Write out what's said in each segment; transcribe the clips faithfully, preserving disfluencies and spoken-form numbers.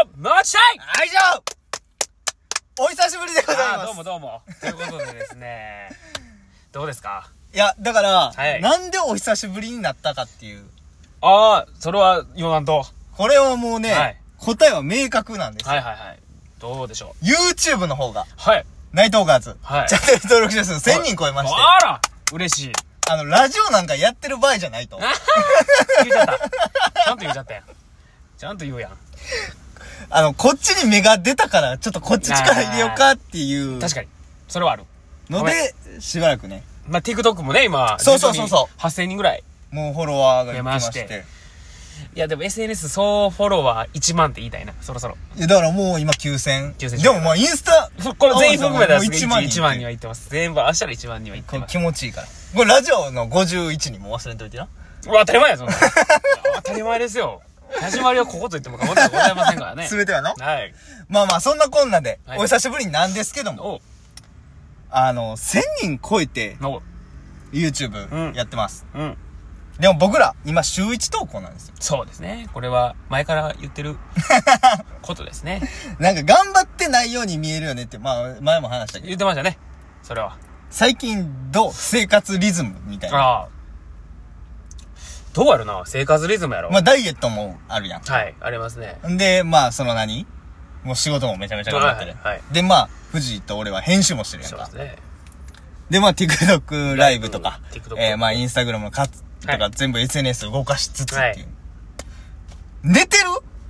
もちゃいはい、じゃあお久しぶりでございます。 どうもどうも。ということでですね、どうですか？ いや、だから、 はい、 なんでお久しぶりになったかっていう。 ああ、それは言わんと。 これはもうね、はい、答えは明確なんですよ。 はいはいはい。どうでしょう。 YouTube の方が。 はい。 ナイトーカーズ。 はい。 チャンネル登録者数せんにん超えまして。 あら嬉しい。 あの、ラジオなんかやってる場合じゃないと。 言っちゃった。ちゃんと言っちゃったやん。ちゃんと言うやん。 あの、こっちに目が出たから、ちょっとこっち力入れようかっていう。 確かに。それはある。 ので、しばらくね。 まあ、TikTok もね、今、 そうそうそうそう。 はっせんにんぐらい。 もうフォロワーが増えまして。 いや、でも エスエヌエス 総フォロワーいちまんって言いたいな、そろそろ。 いや、だからもう今きゅうせん。 きゅうせん。 でもまあインスタ。 これ全員含めたらいちまんに。 いちまんには言ってます。全部、明日らいちまんには言ってます。 気持ちいいから。これラジオのごじゅういちにんも忘れんといてな。 当たり前や、そんな。当たり前ですよ。始まりはここと言っても過言ではございませんからね。 すべてはのはい。 まあまあ、そんなこんなで、お久しぶりなんですけども。あの、せんにん超えて、YouTube やってます。うん。でも僕ら、今週いち投稿なんですよ。 そうですね。これは、前から言ってることですね。 なんか頑張ってないように見えるよねって、まあ、前も話したけど。 言ってましたね。それは。 最近、どう生活リズムみたいな。ああ。 どうやるな生活リズムやろ。 まあ、ダイエットもあるやん。 はい、ありますね。 で、まあ、その何もう仕事もめちゃめちゃ頑張ってる。はい、はい。で、まあ、藤井と俺は編集もしてるやんか。 そうですね。 で、まあ、TikTok ライブとか、えー、まあ、Instagram のカツとか全部 エスエヌエス 動かしつつっていう。はい、寝てる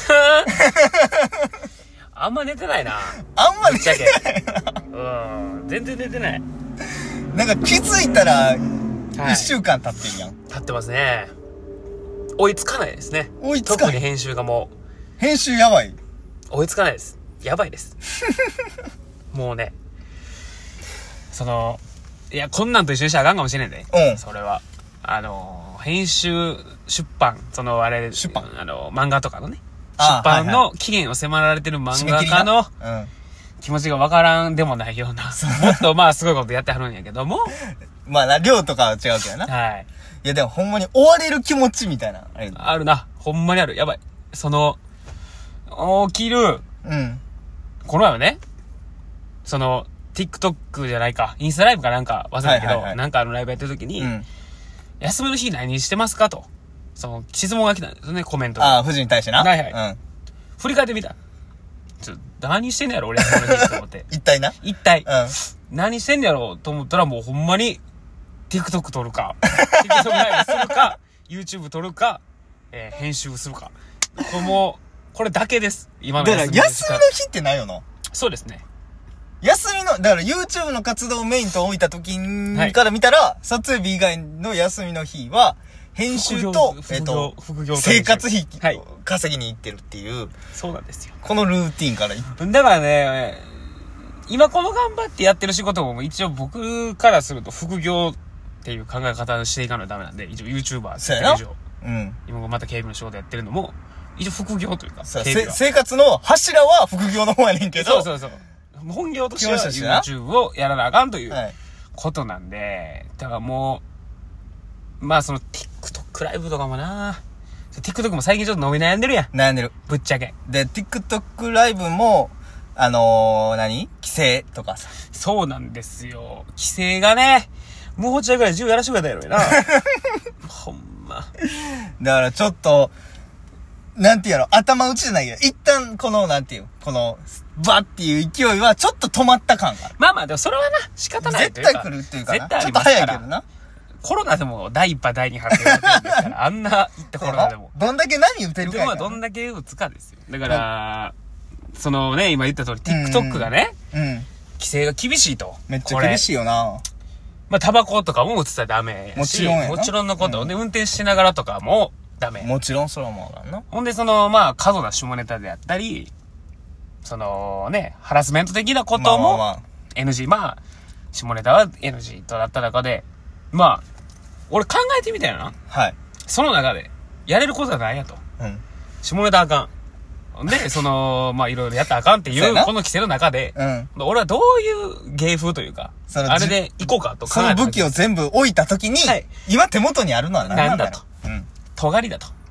あんま寝てないな。 あんま寝てないうん。全然寝てない。 なんか気づいたら、一週間経ってるやん。 経ってますね。追いつかないですね。 追いつかない。 特に編集がもう。編集やばい。 追いつかないです。やばいです。もうね、その、いや、こんなんと一緒にしたらあかんかもしれんね。うん。それは。あの、編集、出版、その、あれ、 出版あの、漫画とかのね、出版の期限を迫られてる漫画家の、うん、気持ちがわからんでもないような、もっとまあすごいことやってはるんやけども。 まあな、量とかは違うけどな。はい。いやでもほんまに追われる気持ちみたいな。 あるな。ほんまにある。やばい。その、起きる。うん。この前はね、その、TikTok じゃないか、インスタライブかなんか忘れたけど、はいはいはい、なんかあのライブやってる時に、うん、休みの日何してますかと、その質問が来たんですよね、コメントで。 ああ、藤に対してな。 はいはい。うん。振り返ってみた。ちょ、何してんのやろ、俺休みの日と思って。 一体な。 一体。うん。何してんのやろと思ったらもうほんまに、TikTok 撮るか、TikTok ライブするか、YouTube 撮るか、えー、編集するか。これもう、これだけです。今の休みの日。だから休みの日ってないよな。 そうですね。 休みの、だから YouTube の活動をメインと置いた時から見たら、はい、撮影日以外の休みの日は、編集と、えっと、生活費を稼ぎに行ってるっていう、はい。そうなんですよ。このルーティンから。 だからね、今この頑張ってやってる仕事も一応僕からすると副業っていう考え方をしていかないとダメなんで、一応 YouTuber っていう以上。うん。今また警備の仕事やってるのも、一応副業というか。 生活の柱は副業の方やねんけど。 そうそうそう。本業としては YouTube をやらなあかんということなんで、だからもう、まあその TikTok ライブとかもな TikTok も最近ちょっと伸び悩んでるやん。 悩んでる。 ぶっちゃけ。 で、TikTok ライブも、あのー、何規制とかさ。 そうなんですよ。規制がね、もうちょいぐらい自由やらしてくれたやろやな。ほんま。 だからちょっと、なんていうの、頭打ちじゃないけど、一旦この、なんていう、この、バッっていう勢いはちょっと止まった感がある。 まあまあ、でもそれはな、仕方ないというか。 絶対来るっていうかな。 絶対ありますから。 ちょっと早いけどな。 コロナでも第一波第二波って言われてるんですから、あんな言ったコロナでも。 どんだけ何打てるかやから。 でもどんだけ打つかですよ。だから、そのね、今言った通り、TikTok がね、うん、規制が厳しいと。 めっちゃ厳しいよな。 まあ、タバコとかも打つたらダメやし。 もちろんやな。 もちろんのこと。うん、で、運転しながらとかもダメ。 もちろんそれはもうあかんな。 ほんで、その、まあ、過度な下ネタであったり、そのね、ハラスメント的なことも、まあまあまあ、エヌジー。まあ、下ネタは エヌジー となった中で、まあ、俺考えてみたよな。はい。その中で、やれることはないやと。うん。下ネタあかん。で、その、まあ、いろいろやったらあかんっていう、この規制の中で、うん。俺はどういう芸風というか、あれで行こうかと考えた。 その武器を全部置いたときに、はい、今手元にあるのは何なんだと。うん。 尖りだと。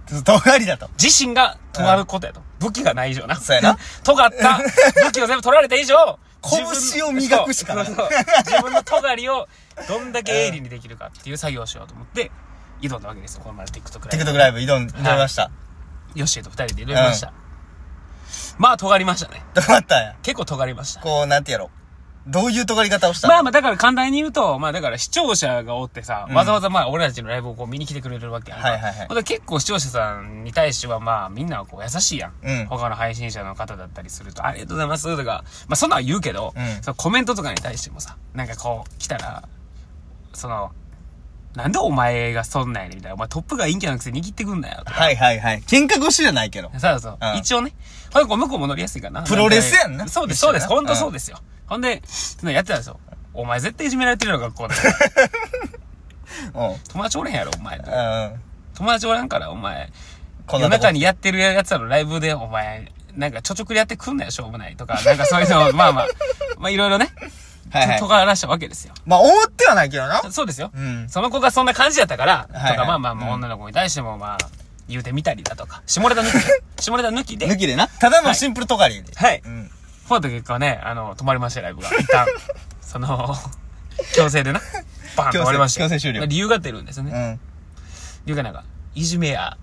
尖りだと。 自身が尖ることやと。武器がない以上な。 そうやな。 尖った武器を全部取られた以上、 拳を磨くしかない。 そうそう自分の尖りをどんだけ鋭利にできるかっていう作業をしようと思って、挑んだわけですよ。この前 TikTok ライブ。 TikTok ライブ挑んでました。 ヨッシーと二人で挑みました。うん、まあ、尖りましたね。 尖ったんや。 結構尖りました。 こう、なんてやろう。どういう尖り方をしたまあまあ、だから簡単に言うと、まあだから視聴者がおってさ、うん、わざわざまあ俺たちのライブをこう見に来てくれるわけやんか。はいはいはい。結構視聴者さんに対してはまあみんなはこう優しいやん。うん。他の配信者の方だったりすると、ありがとうございますとか、まあそんなんは言うけど、うん、そのコメントとかに対してもさ、なんかこう来たら、その、なんでお前がそんなんやねんみたいな。お前トップが陰キャなくせに握ってくんなよとか。 はいはいはい。喧嘩腰じゃないけど。 そうそう。うん、一応ね。ほんで、向こうも乗りやすいかな。 プロレスやんな。 そうです、そうです。ほんとそうですよ。ほんで、やってたんですよ。お前絶対いじめられてるよ、学校で。友達おれんやろ、お前。友達おらんから、お前。夜中にやってるやつらのライブで、お前、なんかちょちょくりやってくんなよ、しょうもないとか、なんかそういうのを、まあまあ、まあいろいろね。はいはい。とからしたわけですよ。 まあ思ってはないけどな。 そうですよ。うん。その子がそんな感じやったから、とか、まあまあ、女の子に対しても、まあ、言うてみたりだとか、下ネタ抜きで、下ネタ抜きで。 抜きでな。ただのシンプル尖りで。 はい。うん。フォート結果ね、あの、止まりましたよ、ライブが。一旦。その、強制でな。バーンと止まりました。 強制終了。 理由が出るんですよね。うん。理由がなんか、いじめや、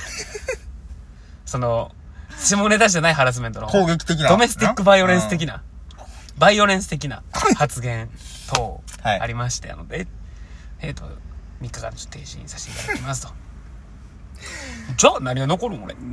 その、下ネタじゃないハラスメントの。 攻撃的な。 ドメスティックバイオレンス的な。バイオレンス的な発言等ありましたので、はい、えっと、みっかかんちょっと停止にさせていただきますと。じゃあ何が残るん俺。 うん、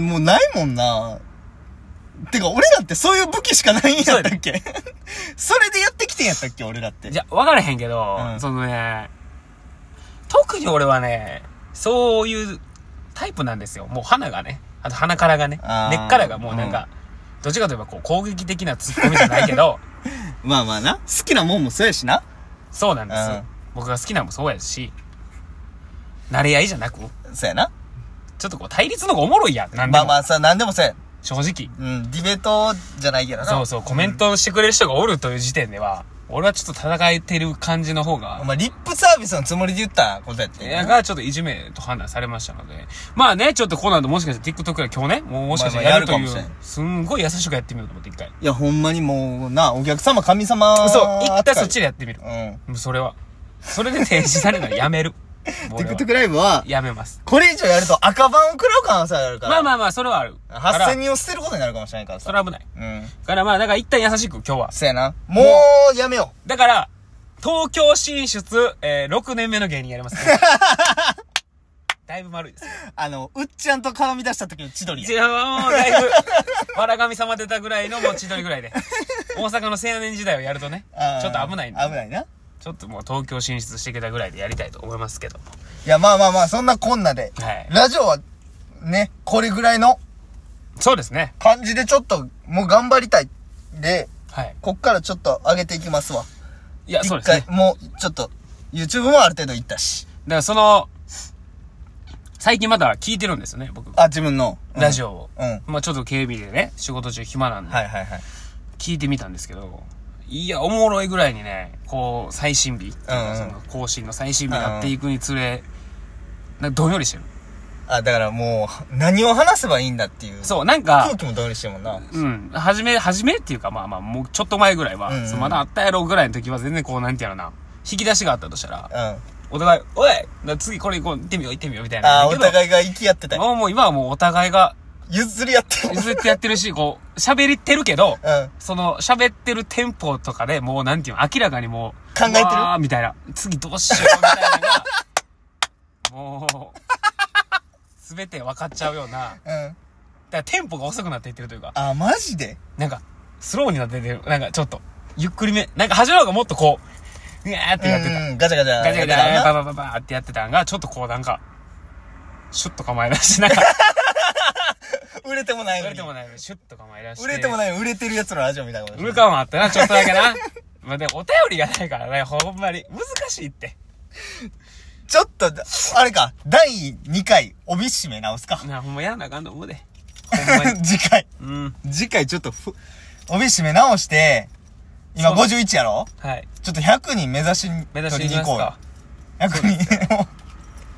もうないもんな。てか、俺だってそういう武器しかないんやったっけ？それでやってきてんやったっけ俺だって。 じゃ、わからへんけど、うん、そのね、特に俺はね、そういうタイプなんですよ。もう鼻がね、あと鼻からがね、根っからがもうなんか、うん、どっちかといえばこう攻撃的なツッコミじゃないけど、 まあまあな。好きなもんもそうやしな。 そうなんです。うん、僕が好きなもんもそうやし、慣れ合いじゃなく、 そうやな。 ちょっとこう対立の方がおもろいやん。なんでも。 まあまあさ、なんでもそうや。 正直。 うん、ディベートじゃないけどな。 そうそう、コメントしてくれる人がおるという時点では、うん、俺はちょっと戦えてる感じの方が。 お前、リップサービスのつもりで言ったことやって。 いや、がちょっといじめと判断されましたので。まあね、ちょっとこの後もしかして TikTok や今日ね、もうもしかしてやるという、まあまあやるかもしれん。すんごい優しくやってみようと思って一回。 いや、ほんまにもうな、お客様、神様。 そう、一回そっちでやってみる。うん。もうそれは。それで停止されるのはやめる。 TikTok ライブは、 やめます。 これ以上やると赤番を食らう可能性があるから。 まあまあまあ、それはある。 はっせんにんを捨てることになるかもしれないからさ。 それは危ない。うん。だからまあ、だから一旦優しく今日は。 そうやな。もう、やめよう。だから、東京進出、えー、ろくねんめの芸人やりますね。だいぶ丸いですよ。 あの、うっちゃんと絡み出した時の千鳥や。 いや、もう、だいぶ、わら神様出たぐらいのもう千鳥ぐらいで。大阪の青年時代をやるとね、ちょっと危ないんで。 危ないな。 ちょっともう東京進出してきたぐらいでやりたいと思いますけども。 いや、まあまあまあ、そんなこんなで。はい。ラジオは、ね、これぐらいの。 そうですね。 感じでちょっと、もう頑張りたい。で、 はい。 こっからちょっと上げていきますわ。 いや、そうですね。 一回、もう、ちょっと、YouTube もある程度行ったし。 だからその、最近まだ聞いてるんですよね、僕。 あ、自分の。 ラジオを。うん。まあちょっと警備でね、仕事中暇なんで。 はいはいはい。 聞いてみたんですけど、いや、おもろいぐらいにね、こう、最新日、うんうん、その更新の最新日になっていくにつれ、なんかどんよりしてる。 あ、だからもう、何を話せばいいんだっていう。 そう、なんか、 空気もどんよりしてるもんな。 うん。はじめ、はじめっていうか、まあまあ、もうちょっと前ぐらいは、うんうん、そまだあったやろぐらいの時は全然こう、なんていうのな、引き出しがあったとしたら、うん、お互い、おい次これ行こう、行ってみよう、行ってみよう、みたいな。 あ、お互いが行き合ってたよ。 もうもう今はもうお互いが、 譲り合ってる。譲ってやってるし、こう、喋ってるけど、うん、その、喋ってるテンポとかでもう、なんていうの、明らかにもう、 考えてるあーみたいな。次どうしよう、みたいなのが、もう、すべて分かっちゃうような。うん。だからテンポが遅くなっていってるというか。 あ、マジでなんか、スローになってて、なんかちょっと、ゆっくりめ。なんか初めの方がもっとこう、うわーってやってた。 うん、ガチャガチャ。 ガチャガチャ、ババババーってやってたんが、ちょっとこうなんか、シュッと構え出して、なんか、 売れてもないのに。 売れてもないのに、シュッと構え出して。 売れてもないのに、売れてるやつのラジオみたいなこと。 売るかもあったな、ちょっとだけな。まあでも、お便りがないからね、ほんまに。難しいって。 ちょっと、あれか、だいにかい、帯締め直すか。 な、ほんまやらなあかんと思うで。ほんまに。 次回。 うん。 次回ちょっとふ、帯締め直して、今ごじゅういちやろ？ はい。 ちょっとひゃくにん目指しに、 目指しに行こうか。 ひゃくにんを。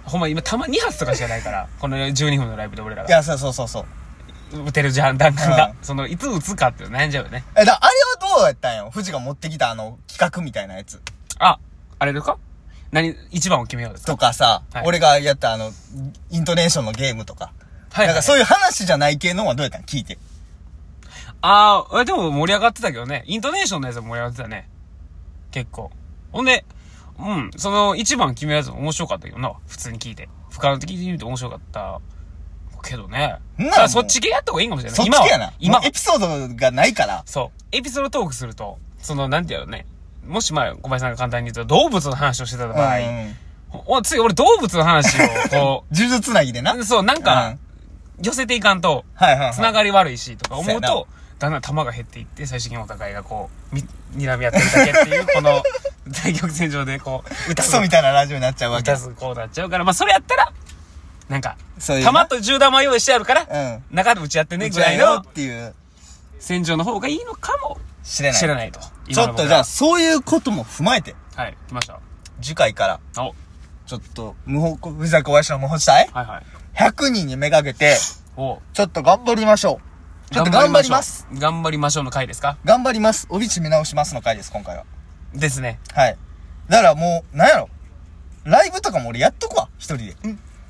ほんま今弾に発とかしかないから、このじゅうにふんのライブで俺らが。 いや、そうそうそうそう。 打てるじゃん、弾丸が。 うんその、いつ打つかって悩んじゃうよね。 え、だ、あれはどうやったんよ富士が持ってきたあの、企画みたいなやつ。 あ、あれですか何、一番を決めようですかとかさ、 はい俺がやったあの、イントネーションのゲームとか。 はい、 なんかそういう話じゃない系のはどうやったん聞いて。 ああ、でも盛り上がってたけどね。イントネーションのやつも盛り上がってたね。結構。ほんで、うん、その一番決めるやつも面白かったけどな。普通に聞いて。俯瞰的に見て面白かったけどね。 なだからそっち系やった方がいいかもしれない。 そっち系やな。 今今エピソードがないから。 そう。エピソードトークすると、その、なんていうのね。もしまあ、小林さんが簡単に言うと、動物の話をしてた場合、 うんお次俺動物の話を、こ呪術つなぎでな。 う、そう、なんか、 うん寄せていかんと、 はいはいはい。 つながり悪いし、とか思うそうやと、だんだん弾が減っていって、最終的にお互いがこう、み、睨み合ってるだけっていう、この、大曲線上でこう、歌クソみたいなラジオになっちゃうわけ。 歌ずこうなっちゃうから、まあそれやったら、なんか、 そういうな弾と銃弾は用意してあるから、 うん。 中で撃ち合ってね、ぐらいよのっていう、 戦場の方がいいのかも知れない。 しれないと。 ちょっとじゃあ、そういうことも踏まえて、 あ、はい、来ました。 次回から、 お、 ちょっと、無法、藤田小林の無法地帯はいはい。 ひゃくにんにめがけて、 お、 ちょっと頑張りましょう。ちょっと頑張ります。 頑張りましょうの回ですか頑張ります。帯締め直しますの回です、今回は。 ですね。 はい。だからもう、なんやろ。ライブとかも俺やっとくわ、一人で。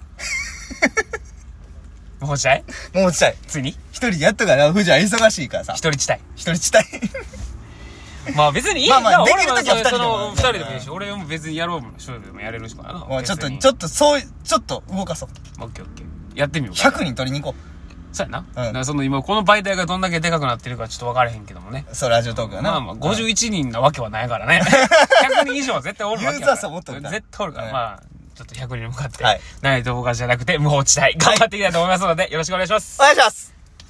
もうちゃいもうちゃい。 ついに一人でやっとくから、藤は忙しいからさ。 一人地帯。 一人地帯。 まあ別にいい。 まあまあだからできる時は二人でも俺その二人でもいいし、俺も別にやろうも、一人でもやれるしかな。 もうちょっと、 別にちょっと、そういう、ちょっと動かそう。 オッケーオッケー。やってみようか。 ひゃくにん取りに行こそうやな。 うんだからその今、この媒体がどんだけでかくなってるかちょっと分からへんけどもね。 う。そう、ラジオトークがな。 まあまあ、ごじゅういちにんなわけはないからね。ひゃくにん以上は絶対おるわけやから。 ユーザー数もっとおるから絶対おるから。 うんまあ、ちょっとひゃくにんに向かって、 はいない動画じゃなくて、無法地帯、頑張っていきたいと思いますので、よろしくお願いします。 お願いします。